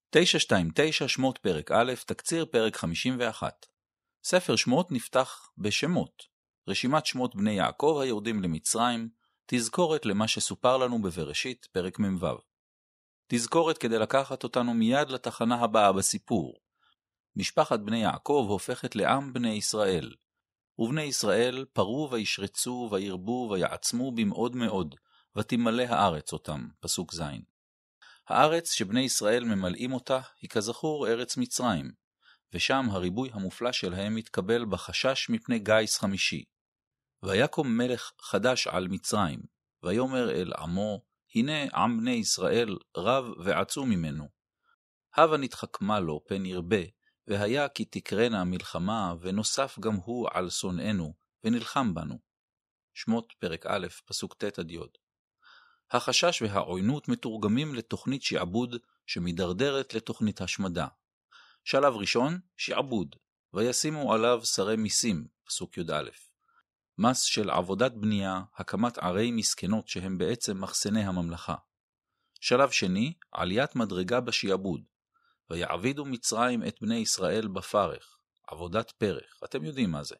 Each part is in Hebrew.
929 שמות פרק א', תקציר פרק 51. ספר שמות נפתח בשמות, רשימת שמות בני יעקב היורדים למצרים, תזכורת למה שסופר לנו בבראשית פרק מ"ו. תזכורת כדי לקחת אותנו מיד לתחנה הבאה בסיפור. משפחת בני יעקב הופכת לעם בני ישראל, ובני ישראל פרו וישרצו וירבו ויעצמו במאוד מאוד, ותמלא הארץ אותם, פסוק ז'. הארץ שבני ישראל ממלאים אותה היא כזכור ארץ מצרים, ושם הריבוי המופלא שלהם מתקבל בחשש מפני גיס חמישי. ויקום מלך חדש על מצרים, ויאמר אל עמו, הנה עם בני ישראל רב ועצום ממנו. הבה נתחכמה לו פן ירבה, והיה כי תקרנה מלחמה, ונוסף גם הוא על שונאינו, ונלחם בנו. שמות פרק א', פסוק ט' עד י'. החשש והעוינות מתורגמים לתוכנית שעבוד שמדרדרת לתוכנית השמדה. שלב ראשון, שעבוד, וישימו עליו שרי מיסים, פסוק י"א. מס של עבודת בנייה, הקמת ערי מסכנות שהם בעצם מחסני הממלכה. שלב שני, עליית מדרגה בשעבוד, ויעבידו מצרים את בני ישראל בפרך, עבודת פרח, אתם יודעים מה זה.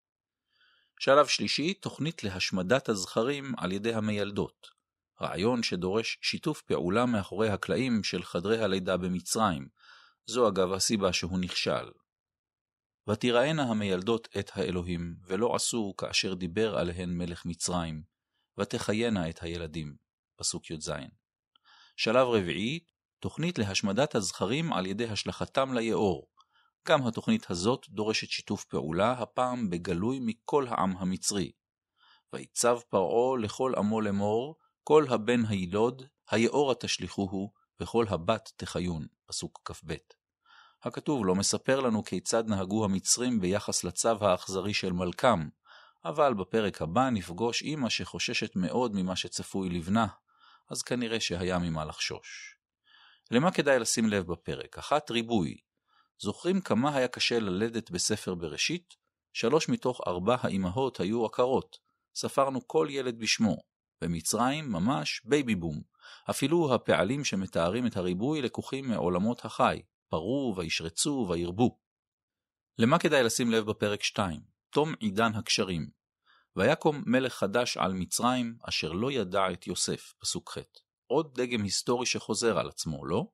שלב שלישי, תוכנית להשמדת הזכרים על ידי המיילדות. רעיון שדורש שיתוף פעולה מאחורי הקלעים של חדרי הלידה במצרים, זו אגב הסיבה שהוא נכשל. ותראינה המיילדות את האלוהים, ולא עשו כאשר דיבר עליהן מלך מצרים, ותחיינה את הילדים, פסוק י"ז. שלב רביעי, תוכנית להשמדת הזכרים על ידי השלכתם ליאור. גם התוכנית הזאת דורשת שיתוף פעולה, הפעם בגלוי מכל העם המצרי. ויצב פרעה לכל עמו לאמור, כל הבן הילוד, היאורה תשליכוהו, וכל הבת תחיון, פסוק כ"ב. הכתוב לא מספר לנו כיצד נהגו המצרים ביחס לצו האכזרי של מלכם, אבל בפרק הבא נפגוש אמא שחוששת מאוד ממה שצפוי לבנה, אז כנראה שהיה ממה לחשוש. למה כדאי לשים לב בפרק? 1. ריבוי. זוכרים כמה היה קשה ללדת בספר בראשית? 3 מתוך 4 האימהות היו עקרות. ספרנו כל ילד בשמו. במצרים ממש בייבי בום. אפילו הפעלים שמתארים את הריבוי לקוחים מעולמות החי. פרו וישרצו וירבו. למה כדאי לשים לב בפרק 2? תום עידן הקשרים. ויקום מלך חדש על מצרים אשר לא ידע את יוסף, פסוק ח'. עוד דגם היסטורי שחוזר על עצמו, לא?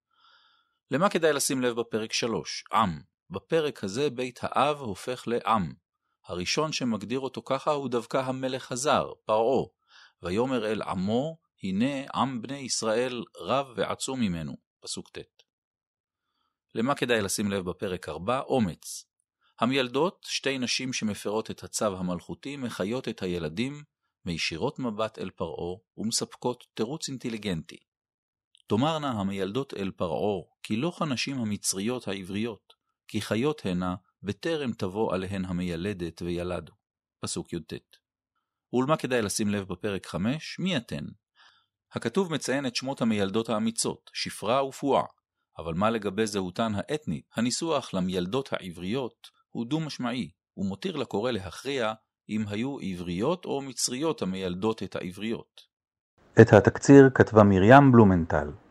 למה כדאי לשים לב בפרק 3? עם. בפרק הזה בית האב הופך לעם. הראשון שמגדיר אותו ככה הוא דווקא המלך הזר, פרעה. ויאמר אל עמו, הנה עם בני ישראל רב ועצום ממנו, פסוק ט'. למה כדאי לשים לב בפרק 4? אומץ. המילדות, 2 נשים שמפרות את הצו המלכותי, מחיות את הילדים, מישירות מבט אל פרעה ומספקות תירוץ אינטליגנטי. תאמרנה המילדות אל פרעה, כי לא כנשים המצריות העבריות, כי חיות הנה בטרם תבוא עליהן המיילדת וילדו. פסוק י"ט. ולמה כדאי לשים לב בפרק 5? מי אתן? הכתוב מציין את שמות המיילדות האמיצות, שפרה ופועה, אבל מה לגבי זהותן האתנית? הניסוח למילדות העבריות הוא דו-משמעי, ומותיר לקורא להכריע אם היו עבריות או מצריות המיילדות את העבריות. את התקציר כתבה מרים בלומנטל.